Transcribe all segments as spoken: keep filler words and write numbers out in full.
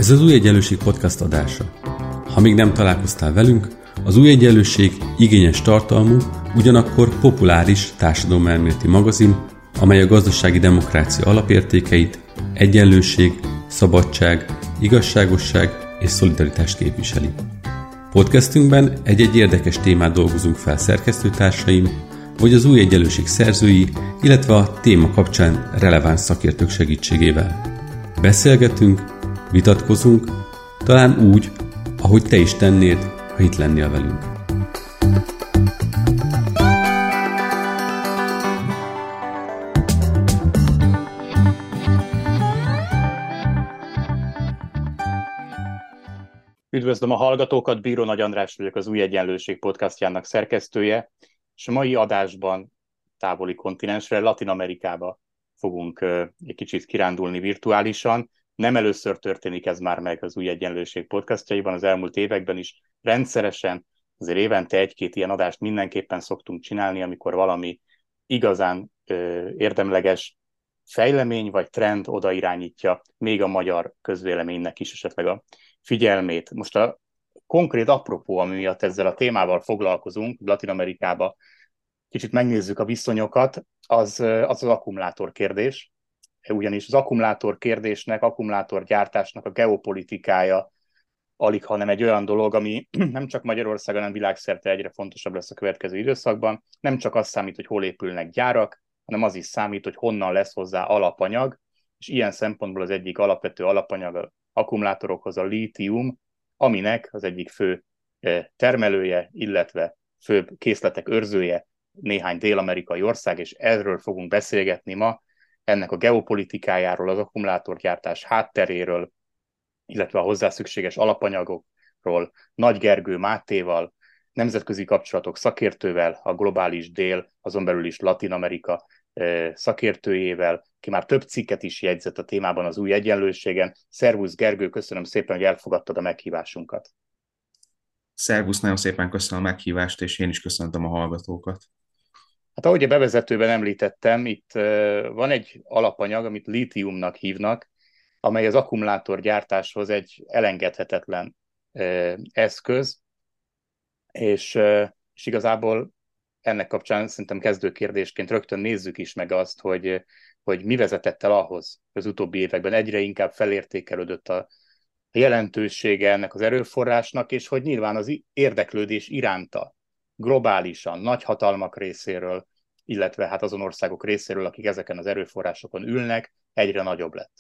Ez az Új Egyenlőség podcast adása. Ha még nem találkoztál velünk, az Új Egyenlőség igényes tartalmú, ugyanakkor populáris társadalomelméleti magazin, amely a gazdasági demokrácia alapértékeit, egyenlőség, szabadság, igazságosság és szolidaritást képviseli. Podcastünkben egy-egy érdekes témát dolgozunk fel szerkesztőtársaim, vagy az Új Egyenlőség szerzői, illetve a téma kapcsán releváns szakértők segítségével. Beszélgetünk, vitatkozunk, talán úgy, ahogy te is tennéd, ha itt lennél velünk. Üdvözlöm a hallgatókat, Bíró Nagy András vagyok, az Új Egyenlőség podcastjának szerkesztője, és a mai adásban távoli kontinensre, Latin-Amerikába fogunk egy kicsit kirándulni virtuálisan. Nem először történik ez már meg az Új Egyenlőség podcastjaiban, az elmúlt években is rendszeresen, azért évente egy-két ilyen adást mindenképpen szoktunk csinálni, amikor valami igazán ö, érdemleges fejlemény vagy trend oda irányítja még a magyar közvéleménynek is esetleg a figyelmét. Most a konkrét apropó, ami miatt ezzel a témával foglalkozunk, Latin-Amerikába kicsit megnézzük a viszonyokat, az az, az akkumulátor kérdés. Ugyanis az akkumulátor kérdésnek, akkumulátorgyártásnak a geopolitikája alig, hanem egy olyan dolog, ami nem csak Magyarországon, hanem világszerte egyre fontosabb lesz a következő időszakban. Nem csak az számít, hogy hol épülnek gyárak, hanem az is számít, hogy honnan lesz hozzá alapanyag, és ilyen szempontból az egyik alapvető alapanyag az akkumulátorokhoz a lítium, aminek az egyik fő termelője, illetve főbb készletek őrzője néhány dél-amerikai ország, és erről fogunk beszélgetni ma, ennek a geopolitikájáról, az akkumulátorgyártás hátteréről, illetve a hozzá szükséges alapanyagokról, Nagy Gergő Mátéval, nemzetközi kapcsolatok szakértővel, a globális dél, azon belül is Latin-Amerika szakértőjével, ki már több cikket is jegyzett a témában az Új Egyenlőségen. Szervusz Gergő, köszönöm szépen, hogy elfogadtad a meghívásunkat. Szervusz, nagyon szépen köszönöm a meghívást, és én is köszöntöm a hallgatókat. Hát ahogy a bevezetőben említettem, itt van egy alapanyag, amit lítiumnak hívnak, amely az akkumulátorgyártáshoz egy elengedhetetlen eszköz, és, és igazából ennek kapcsán szerintem kezdőkérdésként rögtön nézzük is meg azt, hogy, hogy mi vezetett el ahhoz az utóbbi években egyre inkább felértékelődött a jelentősége ennek az erőforrásnak, és hogy nyilván az érdeklődés iránta globálisan, nagyhatalmak részéről, illetve hát azon országok részéről, akik ezeken az erőforrásokon ülnek, egyre nagyobb lett.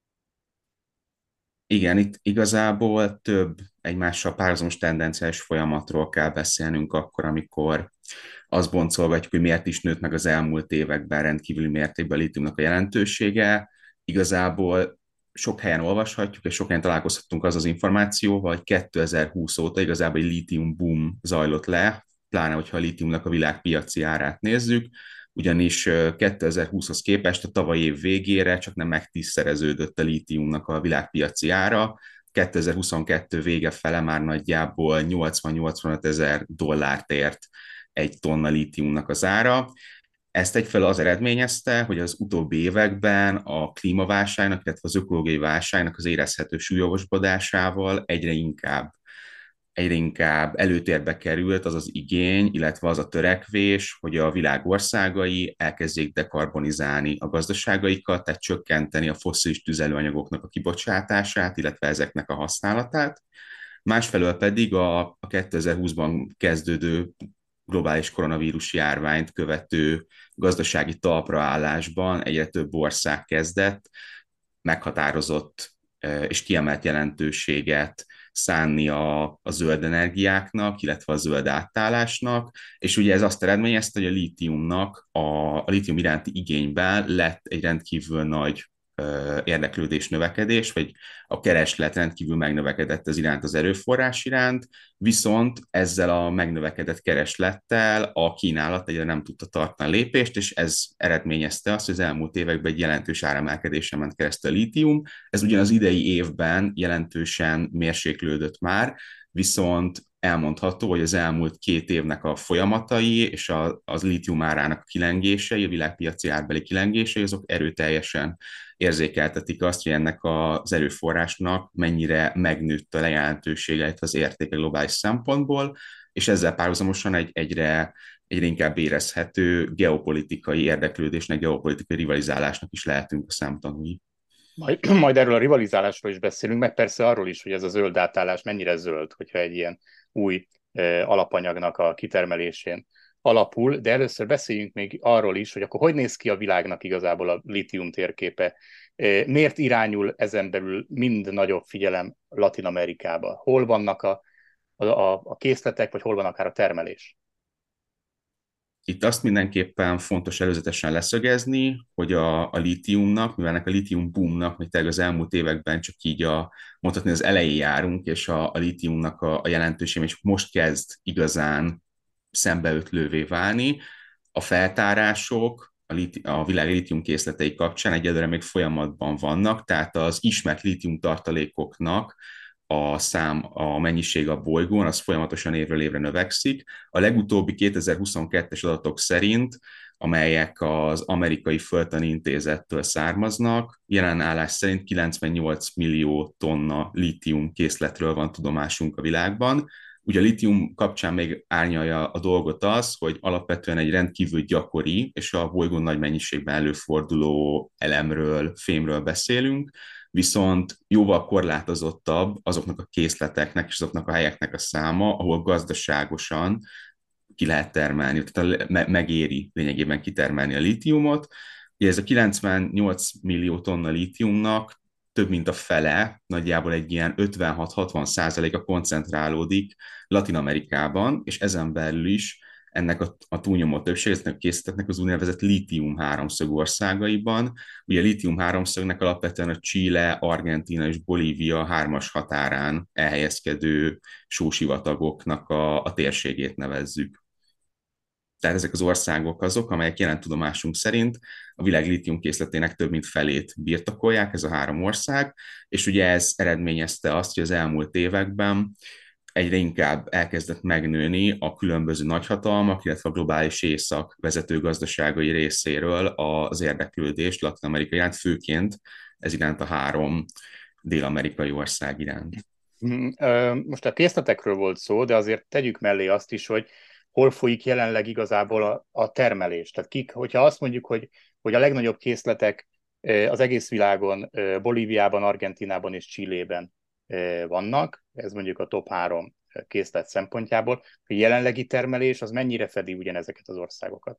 Igen, itt igazából több egymással párhuzamos tendenciális folyamatról kell beszélnünk akkor, amikor azt boncolgatjuk, hogy miért is nőtt meg az elmúlt években rendkívüli mértékben a lítiumnak a jelentősége. Igazából sok helyen olvashatjuk, és sok helyen találkozhattunk az az információval, hogy kétezer-húsz óta igazából egy lítium boom zajlott le, pláne, hogyha a lítiumnak a világpiaci árát nézzük, ugyanis kétezer-húszhoz képest a tavalyi év végére csak nem megtízszereződött a lítiumnak a világpiaci ára, kétezer-huszonkettő vége fele már nagyjából nyolcvan-nyolcvanöt ezer dollárt ért egy tonna lítiumnak az ára. Ezt egyfelől az eredményezte, hogy az utóbbi években a klímaválságnak, illetve az ökológiai válságnak az érezhető súlyosbodásával egyre inkább egyre inkább előtérbe került az az igény, illetve az a törekvés, hogy a világ országai elkezdjék dekarbonizálni a gazdaságaikat, tehát csökkenteni a fosszilis tüzelőanyagoknak a kibocsátását, illetve ezeknek a használatát. Másfelől pedig a, a kétezer-húszban kezdődő globális koronavírus járványt követő gazdasági talpraállásban egyre több ország kezdett meghatározott és kiemelt jelentőséget szánni a, a zöld energiáknak, illetve a zöld átállásnak, és ugye ez azt eredményezte, hogy a lítiumnak, a, a lítium iránti igényben lett egy rendkívül nagy ö, érdeklődés növekedés, vagy a kereslet rendkívül megnövekedett az iránt, az erőforrás iránt, viszont ezzel a megnövekedett kereslettel a kínálat egyre nem tudta tartani a lépést, és ez eredményezte azt, hogy az elmúlt években egy jelentős áremelkedésre ment keresztül a lítium. Ez ugyan az idei évben jelentősen mérséklődött már, viszont elmondható, hogy az elmúlt két évnek a folyamatai és a, az lítium árának a kilengései, a világpiaci árbeli kilengései, azok erőteljesen érzékeltetik azt, hogy ennek az erőforrásnak mennyire megnőtt a jelentősége, illetve az értéke globális szempontból, és ezzel párhuzamosan egy egyre, egyre inkább érezhető geopolitikai érdeklődésnek, geopolitikai rivalizálásnak is lehetünk a szemtanúi. Majd, majd erről a rivalizálásról is beszélünk, meg persze arról is, hogy ez a zöld átállás mennyire zöld, hogyha egy ilyen új e, alapanyagnak a kitermelésén alapul, de először beszéljünk még arról is, hogy akkor hogy néz ki a világnak igazából a litium térképe. E, miért irányul ezen belül mind nagyobb figyelem Latin Amerikába? Hol vannak a, a, a készletek, vagy hol van akár a termelés? Itt azt mindenképpen fontos előzetesen leszögezni, hogy a, a lítiumnak, mivel ennek a lítium boomnak, még tényleg az elmúlt években csak így a, mondhatni az elején járunk, és a, a lítiumnak a, a jelentősége csak most kezd igazán szembeötlővé válni, a feltárások, a, liti, a világ lítium készletei kapcsán egyelőre még folyamatban vannak, tehát az ismert lítium tartalékoknak a szám, a mennyiség a bolygón, az folyamatosan évről évre növekszik. A legutóbbi kétezer-huszonkettes adatok szerint, amelyek az Amerikai Földtani Intézettől származnak, jelen állás szerint kilencvennyolc millió tonna lítium készletről van tudomásunk a világban. Ugye a lítium kapcsán még árnyalja a dolgot az, hogy alapvetően egy rendkívül gyakori és a bolygón nagy mennyiségben előforduló elemről, fémről beszélünk, viszont jóval korlátozottabb azoknak a készleteknek és azoknak a helyeknek a száma, ahol gazdaságosan ki lehet termelni, tehát megéri lényegében kitermelni a lítiumot. Ugye ez a kilencvennyolc millió tonna lítiumnak több mint a fele, nagyjából egy ilyen ötvenhat-hatvan százaléka koncentrálódik Latin Amerikában, és ezen belül is ennek a, a túlnyomó többség, ennek a készleteknek az úgynevezett lítium háromszög országaiban. Ugye a lítium háromszögnek alapvetően a Chile, Argentína és Bolívia hármas határán elhelyezkedő sósivatagoknak a, a térségét nevezzük. Tehát ezek az országok azok, amelyek jelen tudomásunk szerint a világ lítiumkészletének több mint felét birtokolják, ez a három ország, és ugye ez eredményezte azt, hogy az elmúlt években egyre inkább elkezdett megnőni a különböző nagyhatalmak, illetve a globális észak vezető gazdaságai részéről az érdeklődés Latin-Amerika iránt, főként ez iránt a három dél-amerikai ország iránt. Most a készletekről volt szó, de azért tegyük mellé azt is, hogy hol folyik jelenleg igazából a, a termelés. Tehát kik, hogyha azt mondjuk, hogy, hogy a legnagyobb készletek az egész világon, Bolíviában, Argentínában és Chilében vannak, ez mondjuk a top három készlet szempontjából, a jelenlegi termelés az mennyire fedi ugyanezeket az országokat?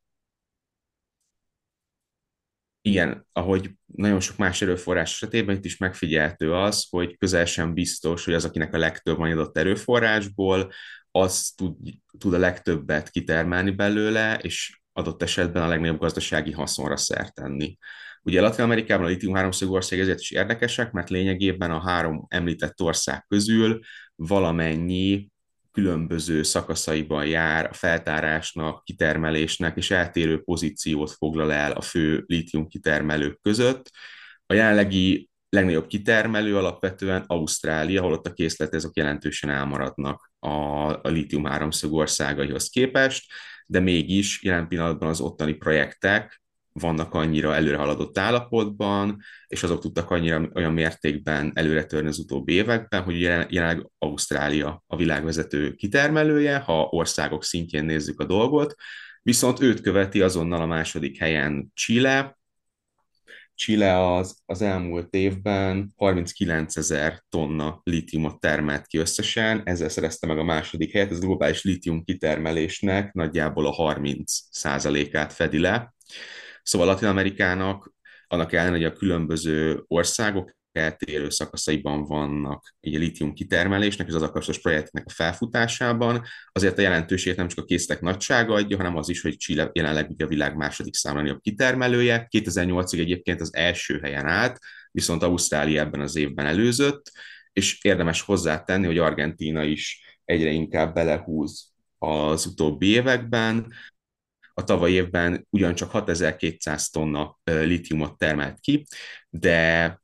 Igen, ahogy nagyon sok más erőforrás esetében itt is megfigyelhető az, hogy közel sem biztos, hogy az, akinek a legtöbb van adott erőforrásból, az tud, tud a legtöbbet kitermelni belőle, és adott esetben a legnagyobb gazdasági haszonra szert tenni. Ugye Latin-Amerikában a lítium háromszög ország ezért is érdekesek, mert lényegében a három említett ország közül valamennyi különböző szakaszaiban jár a feltárásnak, kitermelésnek, és eltérő pozíciót foglal el a fő lítium kitermelők között. A jelenlegi legnagyobb kitermelő alapvetően Ausztrália, holott a készletezők jelentősen elmaradnak a, a lítium háromszög országaihoz képest, de mégis jelen pillanatban az ottani projektek vannak annyira előre haladott állapotban, és azok tudtak annyira olyan mértékben előre törni az utóbbi években, hogy jelenleg Ausztrália a világvezető kitermelője, ha országok szintjén nézzük a dolgot, viszont őt követi azonnal a második helyen Chile. Chile az, az elmúlt évben harminckilencezer tonna lítiumot termelt ki összesen, ezzel szerezte meg a második helyet, ez a globális lítium kitermelésnek nagyjából a harminc százalékát fedi le. Szóval Latin-Amerikának, annak ellenére, hogy a különböző országok eltérő szakaszaiban vannak egy lítium kitermelésnek és az akasztos projektnek a felfutásában, azért a jelentőséget nem csak a készletek nagysága adja, hanem az is, hogy Chile jelenleg a világ második számra nagyobb kitermelője. kétezer-nyolcig egyébként az első helyen állt, viszont Ausztrália ebben az évben előzött, és érdemes hozzátenni, hogy Argentína is egyre inkább belehúz az utóbbi években. A tavalyi évben ugyancsak hatezer-kétszáz tonna lítiumot termelt ki, de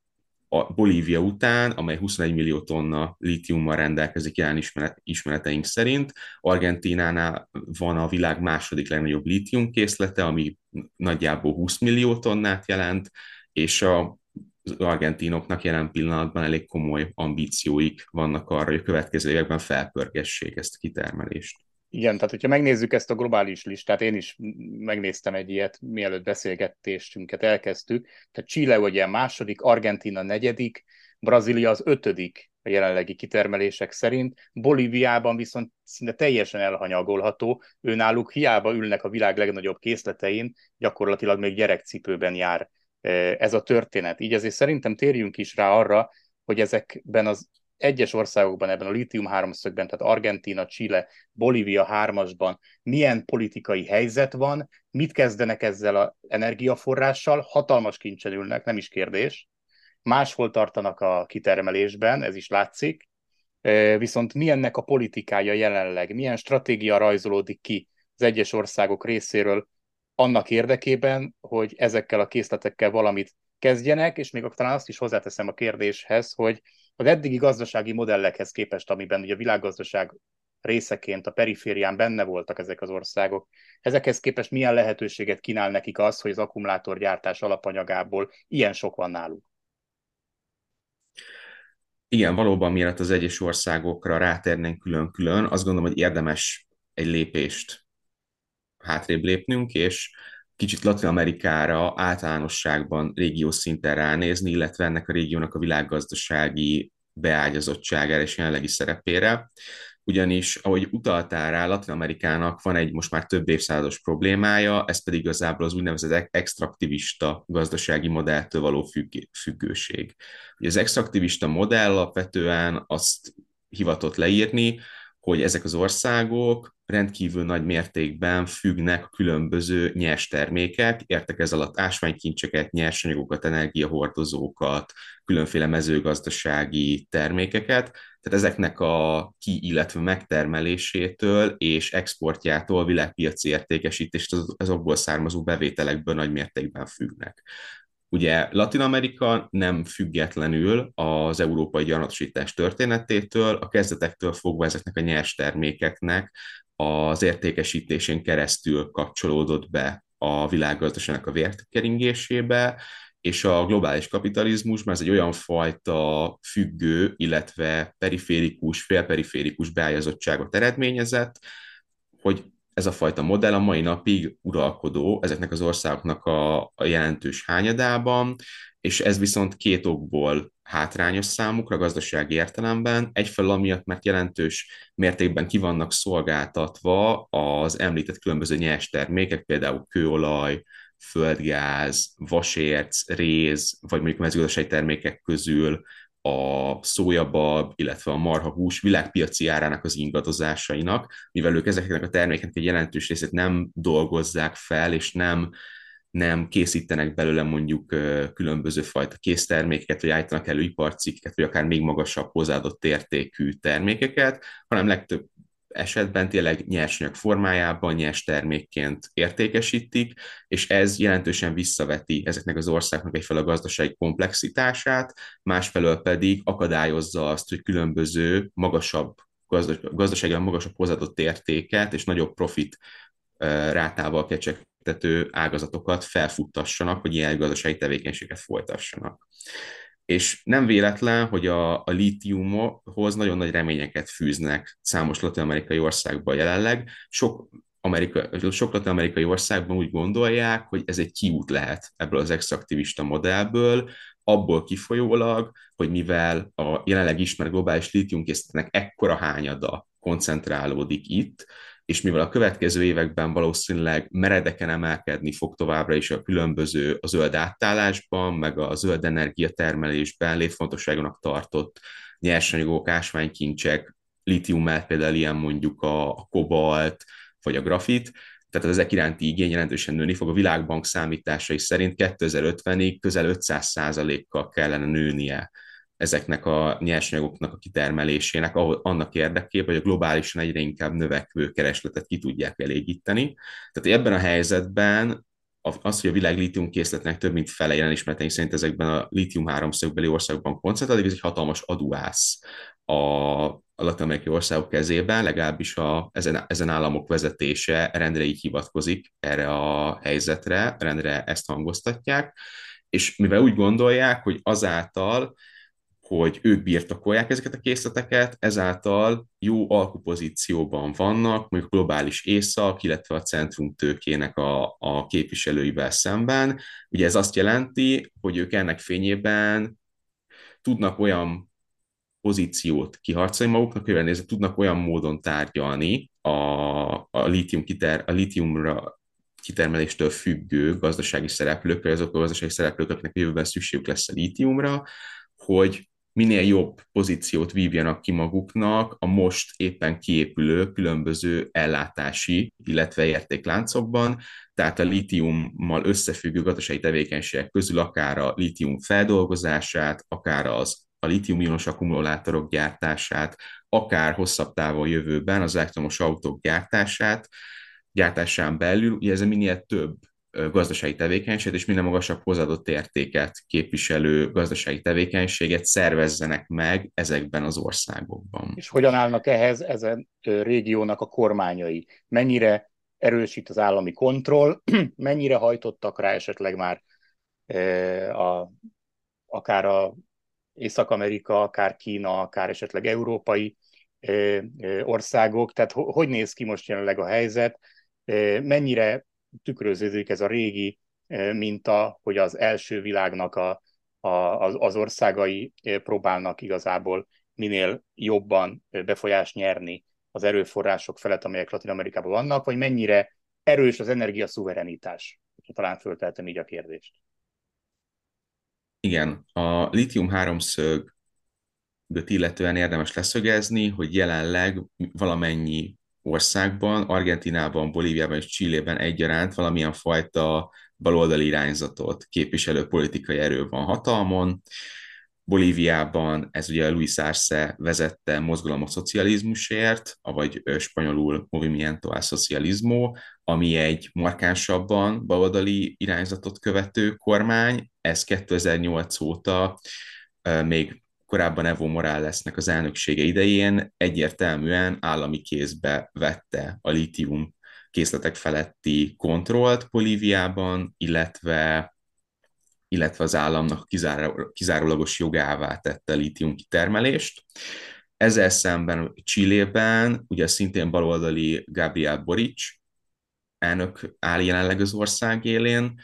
a Bolívia után, amely huszonegy millió tonna lítiummal rendelkezik jelen ismeret, ismereteink szerint. Argentínánál van a világ második legnagyobb lítiumkészlete, ami nagyjából húsz millió tonnát jelent, és a az argentinoknak jelen pillanatban elég komoly ambícióik vannak arra, hogy a következő években felpörgessék ezt a kitermelést. Igen, tehát hogyha megnézzük ezt a globális listát, én is megnéztem egy ilyet, mielőtt beszélgetésünket elkezdtük, tehát Chile ugye második, Argentína negyedik, Brazília az ötödik a jelenlegi kitermelések szerint, Bolíviában viszont szinte teljesen elhanyagolható, őnáluk hiába ülnek a világ legnagyobb készletein, gyakorlatilag még gyerekcipőben jár ez a történet. Így azért szerintem térjünk is rá arra, hogy ezekben az egyes országokban, ebben a lítium háromszögben, tehát Argentína, Chile, Bolívia hármasban milyen politikai helyzet van, mit kezdenek ezzel az energiaforrással, hatalmas kincsen ülnek, nem is kérdés, máshol tartanak a kitermelésben, ez is látszik, viszont milyennek a politikája jelenleg, milyen stratégia rajzolódik ki az egyes országok részéről annak érdekében, hogy ezekkel a készletekkel valamit kezdjenek, és még talán azt is hozzáteszem a kérdéshez, hogy az eddigi gazdasági modellekhez képest, amiben ugye a világgazdaság részeként a periférián benne voltak ezek az országok, ezekhez képest milyen lehetőséget kínál nekik az, hogy az akkumulátorgyártás alapanyagából ilyen sok van náluk? Igen, valóban mielőtt az egyes országokra rátérnénk külön-külön, azt gondolom, hogy érdemes egy lépést hátrébb lépnünk, és kicsit Latin-Amerikára általánosságban régiós szinten ránézni, illetve ennek a régiónak a világgazdasági beágyazottságára és jelenlegi szerepére. Ugyanis, ahogy utaltál rá, Latin-Amerikának van egy most már több évszázados problémája, ez pedig igazából az úgynevezett extraktivista gazdasági modelltől való függ- függőség. Ugye az extraktivista modell alapvetően azt hivatott leírni, hogy ezek az országok rendkívül nagy mértékben függnek a különböző nyers termékek, értek ez alatt ásványkincseket, nyersanyagokat, energiahordozókat, különféle mezőgazdasági termékeket, tehát ezeknek a ki, illetve megtermelésétől és exportjától világpiaci értékesítést azokból származó bevételekből nagy mértékben függnek. Ugye Latin-Amerika nem függetlenül az európai gyarmatosítás történetétől, a kezdetektől fogva ezeknek a nyers termékeknek az értékesítésén keresztül kapcsolódott be a világgazdaságnak a vérkeringésébe, és a globális kapitalizmus, mert ez egy olyan fajta függő, illetve periférikus, félperiférikus beágyazottságot eredményezett, hogy ez a fajta modell a mai napig uralkodó ezeknek az országoknak a, a jelentős hányadában, és ez viszont két okból hátrányos számukra gazdasági értelemben. Egyfelől amiatt, mert jelentős mértékben ki vannak szolgáltatva az említett különböző nyers termékek, például kőolaj, földgáz, vasérc, réz, vagy mondjuk mezőgazdasági termékek közül a szójabab, illetve a marhahús világpiaci árának az ingadozásainak, mivel ők ezeknek a termékeknek egy jelentős részét nem dolgozzák fel, és nem, nem készítenek belőle mondjuk különböző fajta késztermékeket, vagy állítanak elő iparcikkeket, vagy akár még magasabb hozzáadott értékű termékeket, hanem legtöbb esetben tényleg nyersanyag formájában, nyers termékként értékesítik, és ez jelentősen visszaveti ezeknek az országnak egyfelől a gazdasági komplexitását, másfelől pedig akadályozza azt, hogy különböző magasabb gazdaságilag magasabb hozzáadott értéket és nagyobb profit rátával kecsegtető ágazatokat felfuttassanak, hogy ilyen gazdasági tevékenységet folytassanak. És nem véletlen, hogy a, a lítiumhoz nagyon nagy reményeket fűznek számos latin-amerikai országban jelenleg. Sok, Amerika, sok latin-amerikai országban úgy gondolják, hogy ez egy kiút lehet ebből az extraktivista modellből, abból kifolyólag, hogy mivel a jelenleg ismert globális lítiumkészletnek ekkora hányada koncentrálódik itt, és mivel a következő években valószínűleg meredeken emelkedni fog továbbra is a különböző a zöld átállásban, meg a zöld energiatermelésben létfontosságúnak tartott nyersanyagok, ásványkincsek, lítium mellett például ilyen mondjuk a, a kobalt, vagy a grafit, tehát ezek iránti igény jelentősen nőni fog. A Világbank számításai szerint kétezer-ötvenig közel ötszáz százalékkal kellene nőnie ezeknek a nyersanyagoknak a kitermelésének, annak érdekében, hogy a globálisan egyre inkább növekvő keresletet ki tudják elégíteni. Tehát ebben a helyzetben az, hogy a világ lítiumkészletnek több mint fele jelen ismereteink szerint ezekben a lítium háromszögbeli országokban koncentrál, ez egy hatalmas aduász a, a latin-amerikai országok kezében, legalábbis a, ezen, ezen államok vezetése rendre így hivatkozik erre a helyzetre, rendre ezt hangoztatják, és mivel úgy gondolják, hogy azáltal, hogy ők birtokolják ezeket a készleteket, ezáltal jó alkupozícióban vannak, mondjuk globális észak, illetve a centrumtőkének a, a képviselőivel szemben. Ugye ez azt jelenti, hogy ők ennek fényében tudnak olyan pozíciót kiharcolni maguknak, hogy nézve tudnak olyan módon tárgyalni a, a, lítium kiter, a lítiumra kitermeléstől függő gazdasági szereplőkkel, azok a gazdasági szereplők, akiknek jövőben szükségük lesz a lítiumra, hogy minél jobb pozíciót vívjanak ki maguknak a most éppen kiépülő különböző ellátási, illetve értékláncokban, tehát a lítiummal összefüggő gazdasági tevékenységek közül akár a lítium feldolgozását, akár az a lítium-ionos akkumulátorok gyártását, akár hosszabb távon jövőben az elektromos autók gyártását, gyártásán belül, ugye ez a minél több gazdasági tevékenységet és minél magasabb hozzáadott értéket képviselő gazdasági tevékenységet szervezzenek meg ezekben az országokban. És hogyan állnak ehhez ezen régiónak a kormányai? Mennyire erősít az állami kontroll, mennyire hajtottak rá esetleg már a, akár a Észak-Amerika, akár Kína, akár esetleg európai országok, tehát hogy néz ki most jelenleg a helyzet, mennyire tükröződik ez a régi minta, hogy az első világnak a, a, az országai próbálnak igazából minél jobban befolyást nyerni az erőforrások felett, amelyek Latin-Amerikában vannak, vagy mennyire erős az energiaszuverenitás? Talán fölteltem így a kérdést. Igen, a lítium háromszög illetően érdemes leszögezni, hogy jelenleg valamennyi országban, Argentinában, Bolíviában és Chilében egyaránt valamilyen fajta baloldali irányzatot képviselő politikai erő van hatalmon. Bolíviában ez ugye Luis Arce vezette mozgalom a szocializmusért, vagy spanyolul Movimiento al Socialismo, ami egy markánsabban baloldali irányzatot követő kormány. Ez kétezer-nyolc óta még korábban Evo Moralesnek az elnöksége idején egyértelműen állami kézbe vette a lítium készletek feletti kontrollt Bolíviában, illetve, illetve az államnak kizárólagos jogává tette a lítium kitermelést. Ezzel szemben Chilében ugye szintén baloldali Gabriel Boric elnök áll jelenleg az ország élén,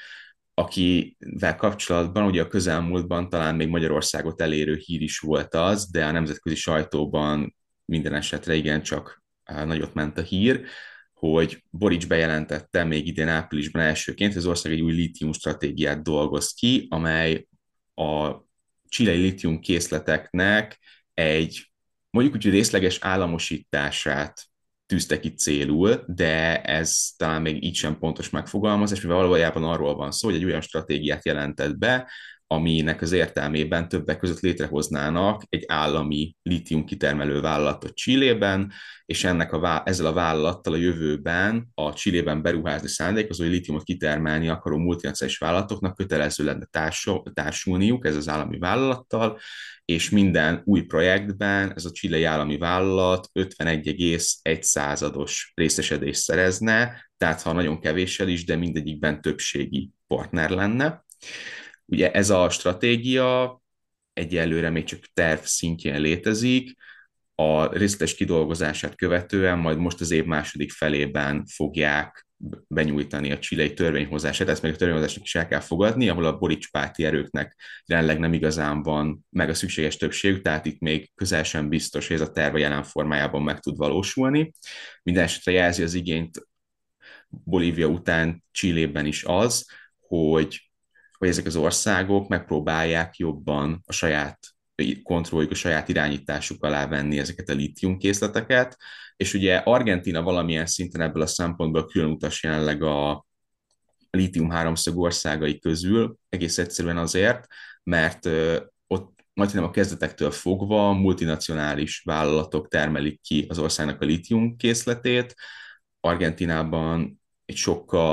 akivel kapcsolatban ugye a közelmúltban talán még Magyarországot elérő hír is volt az, de a nemzetközi sajtóban minden esetre igencsak nagyot ment a hír, hogy Boric bejelentette még idén áprilisban elsőként, hogy az ország egy új lítium stratégiát dolgoz ki, amely a chilei lítium készleteknek egy mondjuk úgy, hogy részleges államosítását tűzte ki célul, de ez talán még így sem pontos megfogalmazás, mivel valójában arról van szó, hogy egy olyan stratégiát jelentett be, aminek az értelmében többek között létrehoznának egy állami lítium kitermelő vállalatot Chilében, és ennek a, ezzel a vállalattal a jövőben a Chilében beruházni szándékozó, hogy lítiumot kitermelni akaró multinacionális vállalatoknak kötelező lenne társul, társulniuk ez az állami vállalattal, és minden új projektben ez a chilei állami vállalat ötvenegy egész egy százados részesedést szerezne, tehát ha nagyon kevéssel is, de mindegyikben többségi partner lenne. Ugye ez a stratégia egyelőre még csak terv szintjén létezik, a részletes kidolgozását követően majd most az év második felében fogják benyújtani a chilei törvényhozását, ezt még a törvényhozásnak is el kell fogadni, ahol a Boric párti erőknek jelenleg nem igazán van meg a szükséges többségük, tehát itt még közel sem biztos, hogy ez a terv a jelen formájában meg tud valósulni. Minden esetre jelzi az igényt Bolívia után Chilében is az, hogy, hogy ezek az országok megpróbálják jobban a saját kontrolljuk, a saját irányításuk alá venni ezeket a lítiumkészleteket, és ugye Argentína valamilyen szinten ebből a szempontból külön utas jelenleg a lítium háromszög országai közül, egész egyszerűen azért, mert ott majdnem a kezdetektől fogva multinacionális vállalatok termelik ki az országnak a lítium készletét. Argentínában egy sokkal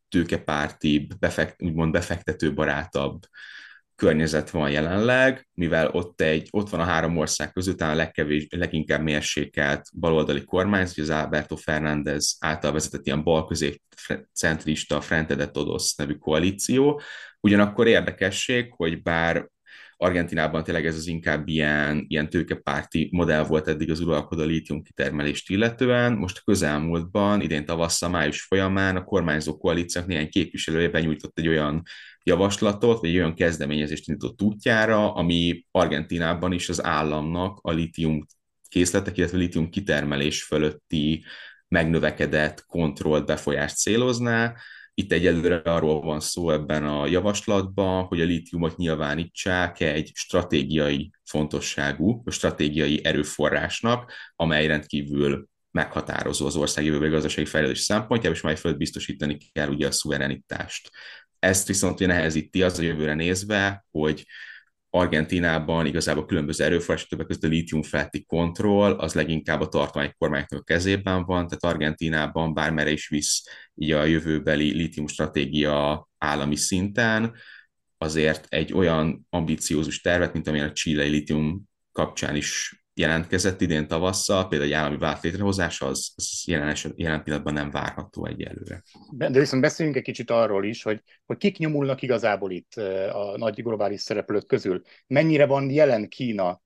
tőkepártibb, befekt, úgymond befektetőbarátabb környezet van jelenleg, mivel ott, egy, ott van a három ország között talán a legkevés, leginkább mérsékelt baloldali kormányzat, az Alberto Fernández által vezetett ilyen balközép-centrista Frente de Todos nevű koalíció. Ugyanakkor érdekesség, hogy bár Argentínában tényleg ez az inkább ilyen, ilyen tőkepárti modell volt eddig az uralkodó lítium kitermelést illetően. Most a közelmúltban, idén tavasszal, május folyamán a kormányzó koalíciók néhány képviselője benyújtott egy olyan javaslatot, vagy egy olyan kezdeményezést indított útjára, ami Argentínában is az államnak a lítium készletek, illetve lítium kitermelés fölötti megnövekedett kontrollt, befolyást célozná. Itt egyelőre arról van szó ebben a javaslatban, hogy a lítiumot nyilvánítsák egy stratégiai fontosságú, stratégiai erőforrásnak, amely rendkívül meghatározó az ország jövőbeli gazdasági fejlődés szempontjából, és mely fölött biztosítani kell ugye a szuverenitást. Ezt viszont nehezíti az a jövőre nézve, hogy Argentínában igazából különböző erőforrások, többek között a lítium feletti kontroll, az leginkább a tartományi kormányoknak a kezében van, tehát Argentínában bármerre is visz így a jövőbeli lítium stratégia állami szinten, azért egy olyan ambiciózus tervet, mint amilyen a chilei lítium kapcsán is jelentkezett idén tavasszal, például egy állami vállalat létrehozása, az, az jelen, jelen pillanatban nem várható egyelőre. De viszont beszéljünk egy kicsit arról is, hogy, hogy kik nyomulnak igazából itt a nagy globális szereplők közül. Mennyire van jelen Kína?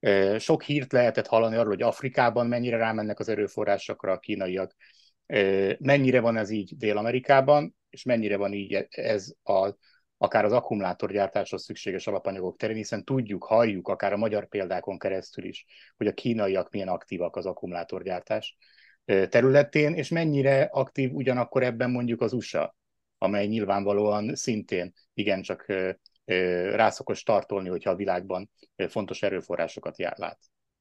Sok hírt lehetett hallani arról, hogy Afrikában mennyire rámennek az erőforrásokra a kínaiak. Mennyire van ez így Dél-Amerikában, és mennyire van így ez a, akár az akkumulátorgyártáshoz szükséges alapanyagok terén, hiszen tudjuk, halljuk, akár a magyar példákon keresztül is, hogy a kínaiak milyen aktívak az akkumulátorgyártás területén, és mennyire aktív ugyanakkor ebben mondjuk az u es á, amely nyilvánvalóan szintén igencsak rászokos tartolni, hogyha a világban fontos erőforrásokat lát.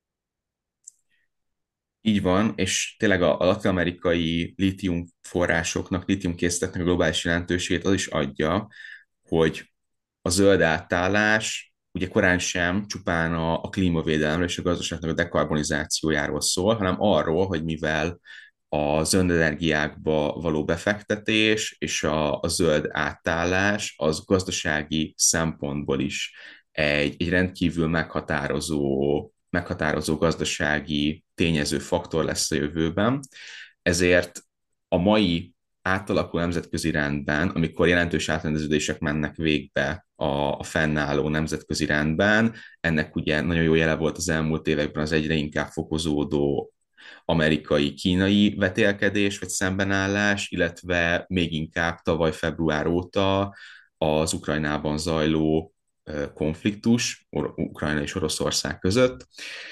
Így van, és tényleg a, a latin-amerikai lítium forrásoknak, lítium készleteknek a globális jelentőségét az is adja, hogy a zöld átállás ugye korán sem csupán a, a klímavédelemről és a gazdaságnak a dekarbonizációjáról szól, hanem arról, hogy mivel a zöld energiákba való befektetés és a, a zöld átállás az gazdasági szempontból is egy, egy rendkívül meghatározó, meghatározó gazdasági tényező faktor lesz a jövőben. Ezért a mai átalakuló nemzetközi rendben, amikor jelentős átrendeződések mennek végbe a, a fennálló nemzetközi rendben, ennek ugye nagyon jó jele volt az elmúlt években az egyre inkább fokozódó amerikai-kínai vetélkedés vagy szembenállás, illetve még inkább tavaly február óta az Ukrajnában zajló konfliktus Ukrajna és Oroszország között.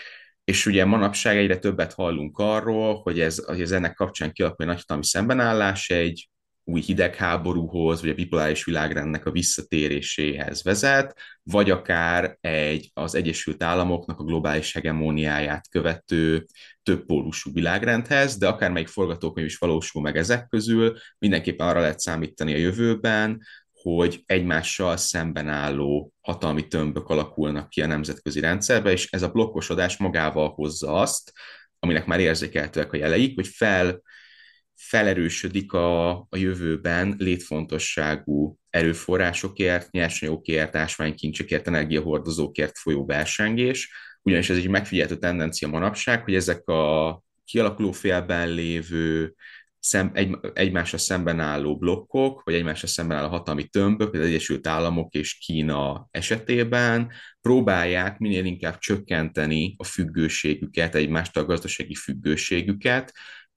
És ugye manapság egyre többet hallunk arról, hogy ez, hogy ez ennek kapcsán kialakul egy nagyhatalmi szembenállás egy új hidegháborúhoz, vagy a bipoláris világrendnek a visszatéréséhez vezet, vagy akár egy az Egyesült Államoknak a globális hegemóniáját követő többpólusú világrendhez, de akármelyik forgatókönyv is valósul meg ezek közül, mindenképpen arra lehet számítani a jövőben, hogy egymással szemben álló hatalmi tömbök alakulnak ki a nemzetközi rendszerbe, és ez a blokkosodás magával hozza azt, aminek már érzékelhetőek a jeleik, hogy fel, felerősödik a, a jövőben létfontosságú erőforrásokért, nyersanyagokért, ásványkincsekért, energiahordozókért folyó versengés, ugyanis ez egy megfigyelhető tendencia manapság, hogy ezek a kialakuló félben lévő Szem, egy, egymásra szemben álló blokkok, vagy egymásra szemben álló hatalmi tömbök, az Egyesült Államok és Kína esetében próbálják minél inkább csökkenteni a függőségüket, egymástól a gazdasági függőségüket,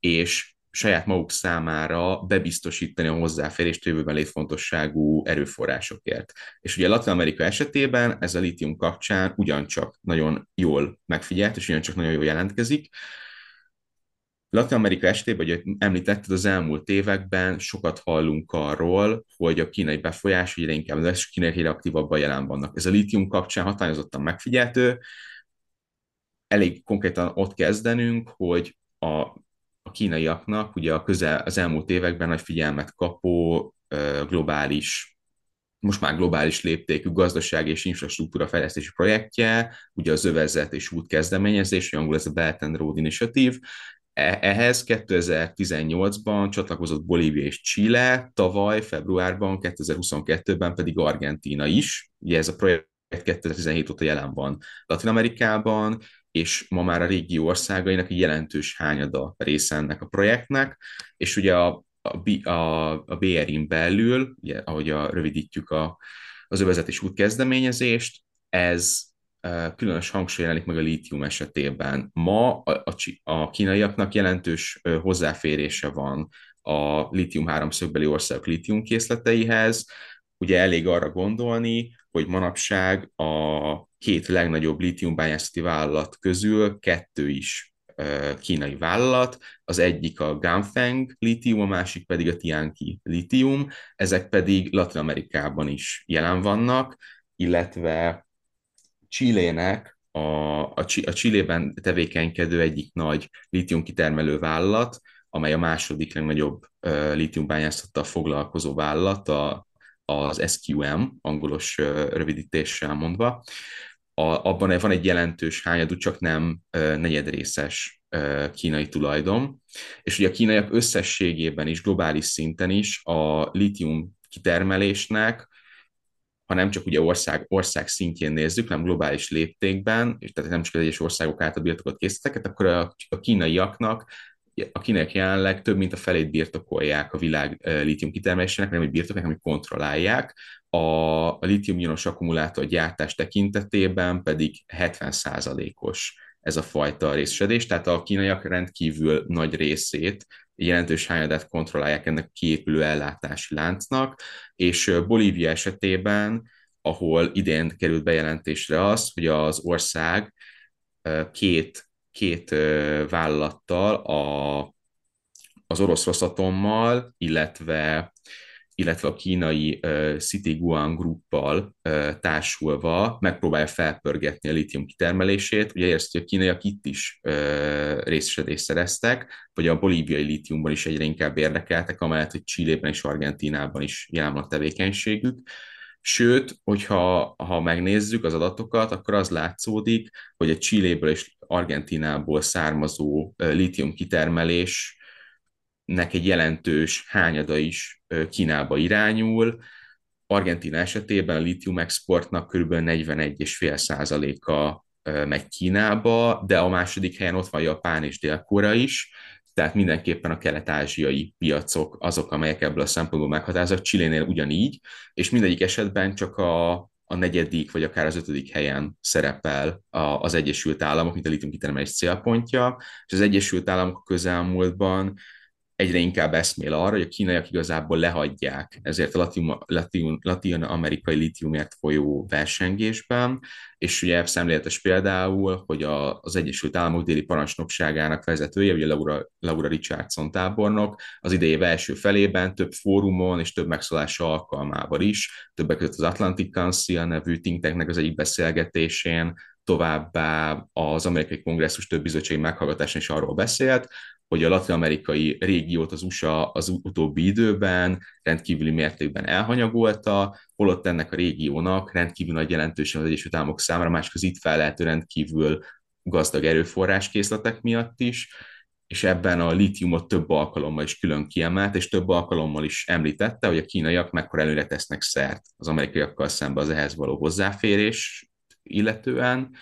és saját maguk számára bebiztosítani a hozzáférést jövőben létfontosságú erőforrásokért. És ugye Latin-Amerika esetében ez a lítium kapcsán ugyancsak nagyon jól megfigyelt, és ugyancsak nagyon jól jelentkezik. Latin-Amerika esetében, hogy említetted, az elmúlt években sokat hallunk arról, hogy a kínai befolyás egyre inkább lesz, kínai egyre aktívabban jelen vannak. Ez a lítium kapcsán határozottan megfigyelhető. Elég konkrétan ott kezdenünk, hogy a, a kínaiaknak ugye a közel, az elmúlt években nagy figyelmet kapó globális, most már globális léptékű gazdaság és infrastruktúra fejlesztési projektje, ugye az övezet és út kezdeményezés, angol ez a Belt and Road Initiative. Ehhez kétezer-tizennyolcban csatlakozott Bolívia és Chile, tavaly februárban, kétezer-huszonkettőben pedig Argentína is. Ugye ez a projekt kétezer-tizenhét óta jelen van Latin-Amerikában, és ma már a régió országainak egy jelentős hányada része ennek a projektnek, és ugye a, a, a, a bé er i-n belül, ugye, ahogy a, rövidítjük a, az övezetés út kezdeményezést, ez különös hangsúly jelenik meg a lítium esetében. Ma a, a, a kínaiaknak jelentős hozzáférése van a lítium háromszögbeli országok lítiumkészleteihez. Ugye elég arra gondolni, hogy manapság a két legnagyobb lítiumbányászati vállalat közül kettő is kínai vállalat, az egyik a Ganfeng lítium, a másik pedig a Tianqi lítium, ezek pedig Latin-Amerikában is jelen vannak, illetve Chilének a, a, a Chilében tevékenykedő egyik nagy lítiumkitermelő vállalat, amely a második legnagyobb uh, lítiumbányászattal foglalkozó vállalat, a, az es kú em, angolos uh, rövidítéssel mondva. A, abban van egy jelentős hányadú, csak nem uh, negyedrészes uh, kínai tulajdon. És ugye a kínaiak összességében is, globális szinten is a lítium kitermelésnek, ha nem csak ugye ország, ország szintjén nézzük, hanem globális léptékben, és tehát nem csak az egyes országok által birtokolt készleteket, akkor a, a kínaiaknak, a kínaiak jelenleg több mint a felét birtokolják a világ uh, lítium kitermelésének, nem hogy birtokolják, hanem hogy kontrollálják. A, a lítium-ionos akkumulátor gyártás tekintetében pedig hetven százalékos ez a fajta részesedés, tehát a kínaiak rendkívül nagy részét, jelentős hányadát kontrollálják ennek a kiépülő ellátási láncnak, és Bolívia esetében, ahol idén került bejelentésre az, hogy az ország két, két vállalattal, a, az orosz Rosatommal, illetve illetve a kínai uh, City Guan Group-pal uh, társulva megpróbálja felpörgetni a lítium kitermelését. Ugye érsz, hogy a kínaiak itt is uh, részesedést szereztek, vagy a bolíviai lítiumban is egyre inkább érdekeltek, amellett, hogy Chilében és Argentínában is jelen van a tevékenységük. Sőt, hogyha ha megnézzük az adatokat, akkor az látszódik, hogy a Chiléből és Argentínából származó uh, lítium kitermelés nek egy jelentős hányada is Kínába irányul. Argentína esetében a lítium exportnak kb. negyvenegy egész öt százaléka megy Kínába, de a második helyen ott van Japán és Dél-Korea is, tehát mindenképpen a kelet-ázsiai piacok azok, amelyek ebből a szempontból meghatároznak, Chilénél ugyanígy, és mindegyik esetben csak a, a negyedik vagy akár az ötödik helyen szerepel a, az Egyesült Államok, mint a lítium kitermelés célpontja, és az Egyesült Államok a közelmúltban egyre inkább eszmél arra, hogy a kínaiak igazából lehagyják ezért a latin, latin, latin-amerikai lítiumért folyó versengésben, és ugye szemléletes például, hogy a, az Egyesült Államok déli parancsnokságának vezetője, ugye Laura, Laura Richardson tábornok, az idei év első felében több fórumon és több megszólása alkalmával is, többek között az Atlantic Council nevű think tanknek az egyik beszélgetésén, továbbá az amerikai kongresszus több bizottsági meghallgatásán is arról beszélt, hogy a latin-amerikai régiót az u es á az utóbbi időben rendkívüli mértékben elhanyagolta, holott ennek a régiónak rendkívül nagy jelentősége az Egyesült Államok számára, másik az itt fellehető rendkívül gazdag erőforráskészletek miatt is, és ebben a lítiumot több alkalommal is külön kiemelt, és több alkalommal is említette, hogy a kínaiak mekkora előre tesznek szert az amerikaiakkal szemben az ehhez való hozzáférés illetően,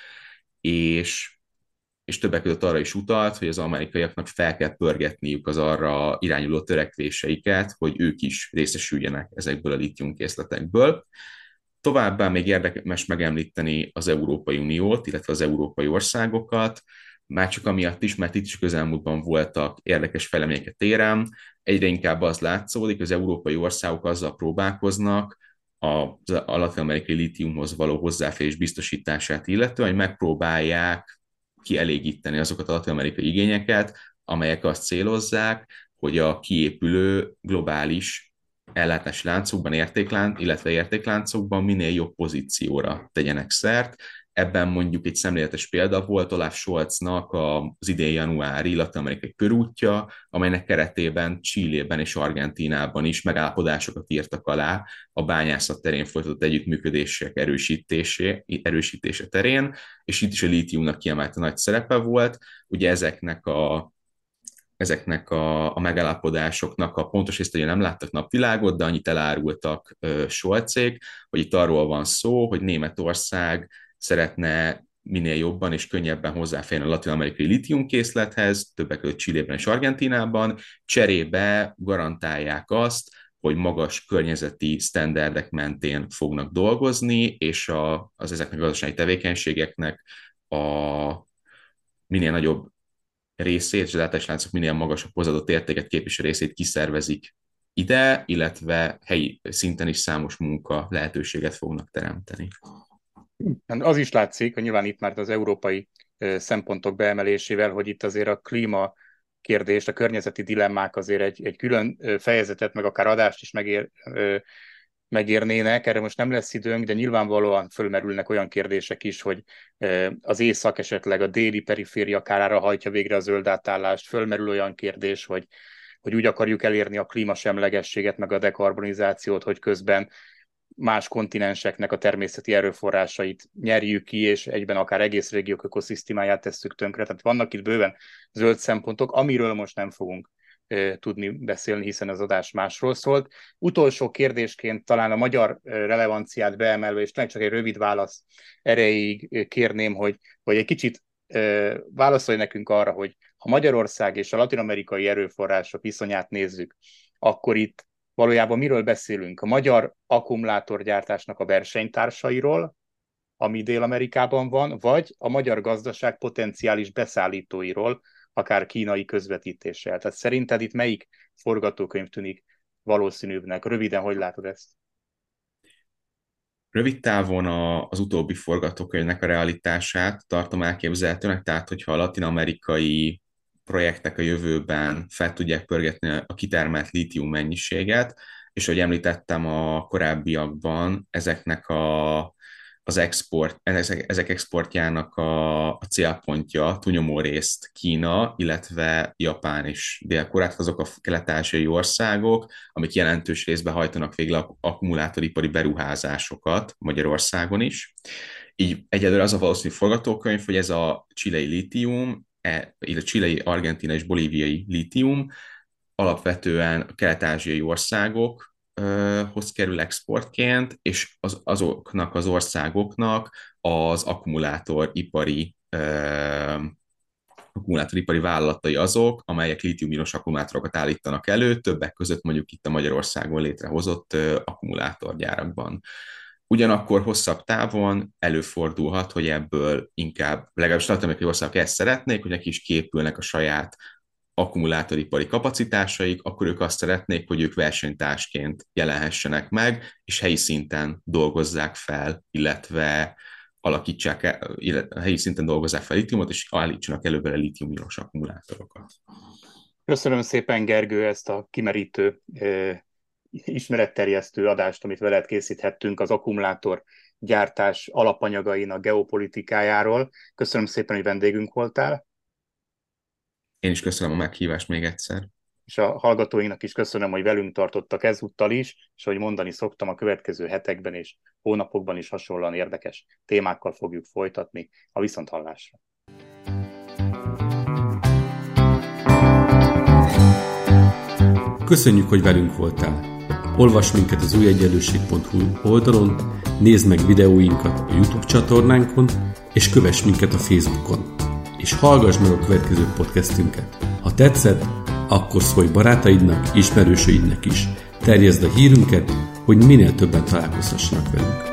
és és többek között arra is utalt, hogy az amerikaiaknak fel kell pörgetniük az arra irányuló törekvéseiket, hogy ők is részesüljenek ezekből a lítiumkészletekből. Továbbá még érdemes megemlíteni az Európai Uniót, illetve az európai országokat, már csak amiatt is, mert itt is közelmúltban voltak érdekes fejleményeket téren. Egyre inkább az látszódik, hogy az európai országok azzal próbálkoznak, a latin-amerikai lítiumhoz való hozzáférés biztosítását illetően, hogy megpróbálják kielégíteni azokat a latin-amerikai igényeket, amelyek azt célozzák, hogy a kiépülő globális ellátási láncokban, értéklánc, illetve értékláncokban minél jobb pozícióra tegyenek szert. Ebben mondjuk egy szemléletes példa volt Olaf Scholznak az idén januári latin-amerikai körútja, amelynek keretében Chilében és Argentínában is megállapodásokat írtak alá a bányászat terén folytatott együttműködések erősítése, erősítése terén, és itt is a lítiumnak kiemelte nagy szerepe volt. Ugye ezeknek a ezeknek a, a megállapodásoknak a pontos részt, hogy nem láttak napvilágot, de annyit elárultak Scholzék, hogy itt arról van szó, hogy Németország szeretne minél jobban és könnyebben hozzáférni a latin-amerikai litiumkészlethez, többek között Chilében és Argentínában, cserébe garantálják azt, hogy magas környezeti sztenderdek mentén fognak dolgozni, és a, az ezeknek a gazdasági tevékenységeknek a minél nagyobb részét, és az általános láncok minél magasabb hozzáadott értéket képviselő részét kiszervezik ide, illetve helyi szinten is számos munka lehetőséget fognak teremteni. Az is látszik, hogy nyilván itt már az európai szempontok beemelésével, hogy itt azért a klíma kérdés, a környezeti dilemmák azért egy, egy külön fejezetet, meg akár adást is megér, megérnének. Erre most nem lesz időnk, de nyilvánvalóan fölmerülnek olyan kérdések is, hogy az észak esetleg a déli periféria kárára hajtja végre a zöld átállást. Fölmerül olyan kérdés, hogy, hogy úgy akarjuk elérni a klímasemlegességet, meg a dekarbonizációt, hogy közben más kontinenseknek a természeti erőforrásait nyerjük ki, és egyben akár egész régiók ökoszisztémáját tesszük tönkre. Tehát vannak itt bőven zöld szempontok, amiről most nem fogunk e, tudni beszélni, hiszen az adás másról szólt. Utolsó kérdésként talán a magyar relevanciát beemelve, és csak egy rövid válasz erejéig kérném, hogy, hogy egy kicsit e, válaszolj nekünk arra, hogy ha Magyarország és a latin-amerikai erőforrások viszonyát nézzük, akkor itt valójában miről beszélünk? A magyar akkumulátorgyártásnak a versenytársairól, ami Dél-Amerikában van, vagy a magyar gazdaság potenciális beszállítóiról, akár kínai közvetítéssel. Tehát szerinted itt melyik forgatókönyv tűnik valószínűbbnek? Röviden, hogy látod ezt? Rövid távon a, az utóbbi forgatókönyvnek a realitását tartom elképzelhetőnek, tehát hogyha a latin-amerikai projektek a jövőben fel tudják pörgetni a kitermelt lítium mennyiséget, és ahogy említettem a korábbiakban, ezeknek a, az export, ezek, ezek exportjának a, a célpontja túlnyomó részt Kína, illetve Japán és Dél-Korea, azok a kelet-ázsiai országok, amik jelentős részben hajtanak végre akkumulátoripari beruházásokat Magyarországon is. Így egyelőre az a valószínű forgatókönyv, hogy ez a chilei lítium, illetve chilei, argentina és bolíviai lítium alapvetően a kelet-ázsiai országokhoz kerül exportként, és az, azoknak az országoknak az akkumulátoripari akkumulátoripari vállalatai azok, amelyek lítium-ionos akkumulátorokat állítanak elő, többek között mondjuk itt a Magyarországon létrehozott akkumulátorgyárakban. Ugyanakkor hosszabb távon előfordulhat, hogy ebből inkább, legalábbis latin-amerikai országok ezt szeretnék, hogy neki is képülnek a saját akkumulátoripari kapacitásaik, akkor ők azt szeretnék, hogy ők versenytársként jelenhessenek meg, és helyi szinten dolgozzák fel, illetve alakítsák el, illetve helyi szinten dolgozzák fel lítiumot, és állítsanak előbb lítium-ionos akkumulátorokat. Köszönöm szépen, Gergő, ezt a kimerítő ismeretterjesztő adást, amit veled készíthettünk az akkumulátor gyártás alapanyagainak geopolitikájáról. Köszönöm szépen, hogy vendégünk voltál. Én is köszönöm a meghívást még egyszer. És a hallgatóinknak is köszönöm, hogy velünk tartottak ezúttal is, és ahogy mondani szoktam, a következő hetekben és hónapokban is hasonlóan érdekes témákkal fogjuk folytatni a viszonthallásra. Köszönjük, hogy velünk voltál! Olvasd minket az új egyenlőség pont hu oldalon, nézd meg videóinkat a YouTube csatornánkon, és kövess minket a Facebookon. És hallgass meg a következő podcastünket. Ha tetszett, akkor szólj barátaidnak, ismerősöidnek is. Terjeszd a hírünket, hogy minél többen találkozhassanak velünk.